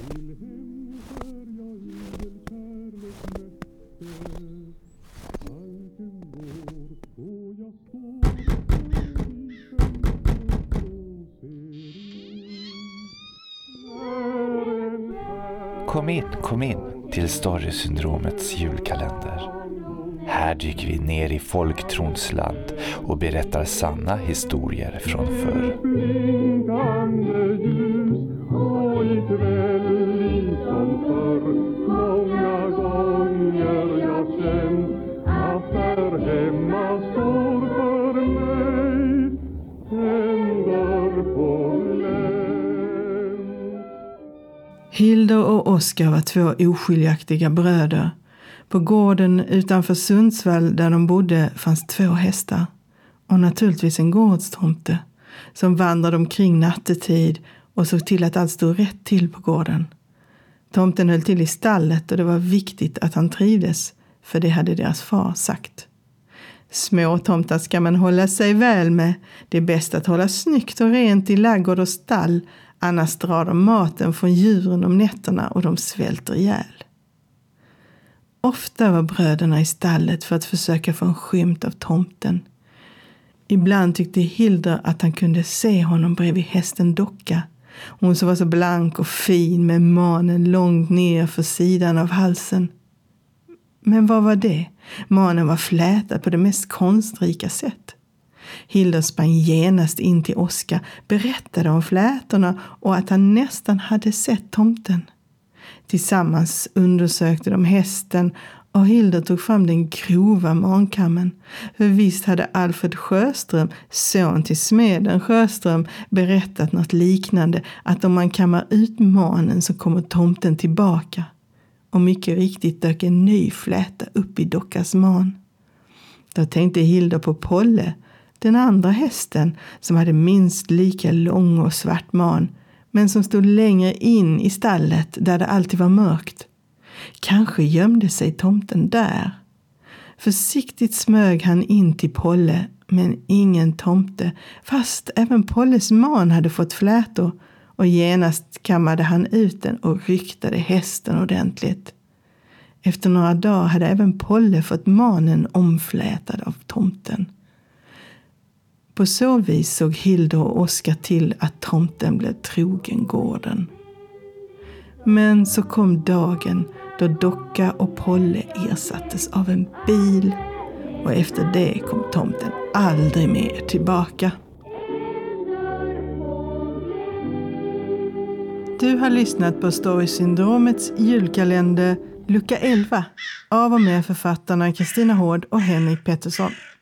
Kom in till Storysyndromets julkalender. Här dyker vi ner i folktrons land och berättar sanna historier från förr. Många gånger jag känt att där hemma står för mig en dörr på glänt. Hilda och Oskar var två oskiljaktiga bröder. På gården utanför Sundsvall där de bodde fanns 2 hästar. Och naturligtvis en gårdstomte som vandrade omkring nattetid och såg till att allt stod rätt till på gården. Tomten höll till i stallet och det var viktigt att han trivdes, för det hade deras far sagt. Små tomtar ska man hålla sig väl med. Det är bäst att hålla snyggt och rent i laggård och stall, annars drar de maten från djuren om nätterna och de svälter ihjäl. Ofta var bröderna i stallet för att försöka få en skymt av tomten. Ibland tyckte Hilda att han kunde se honom bredvid hästen Docka. Hon som var så blank och fin med manen långt ner för sidan av halsen. Men vad var det? Manen var flätad på det mest konstrika sätt. Hilda sprang genast in till Oskar, berättade om flätorna och att han nästan hade sett tomten. Tillsammans undersökte de hästen och Hilda tog fram den grova mankammen. För visst hade Alfred Sjöström, son till smeden Sjöström, berättat något liknande, att om man kammar ut manen så kommer tomten tillbaka. Och mycket riktigt dök en ny fläta upp i Dockas man. Då tänkte Hilda på Polle, den andra hästen som hade minst lika lång och svart man, men som stod längre in i stallet där det alltid var mörkt. Kanske gömde sig tomten där. Försiktigt smög han in till Polle, men ingen tomte, fast även Polles man hade fått flätor, och genast kammade han ut den och ryktade hästen ordentligt. Efter några dagar hade även Polle fått manen omflätad av tomten. På så vis såg Hilda och Oskar till att tomten blev trogen gården. Men så kom dagen då Docka och Polle ersattes av en bil, och efter det kom tomten aldrig mer tillbaka. Du har lyssnat på Storysyndromets julkalender lucka 11 av och med författarna Kristina Hård och Henrik Pettersson.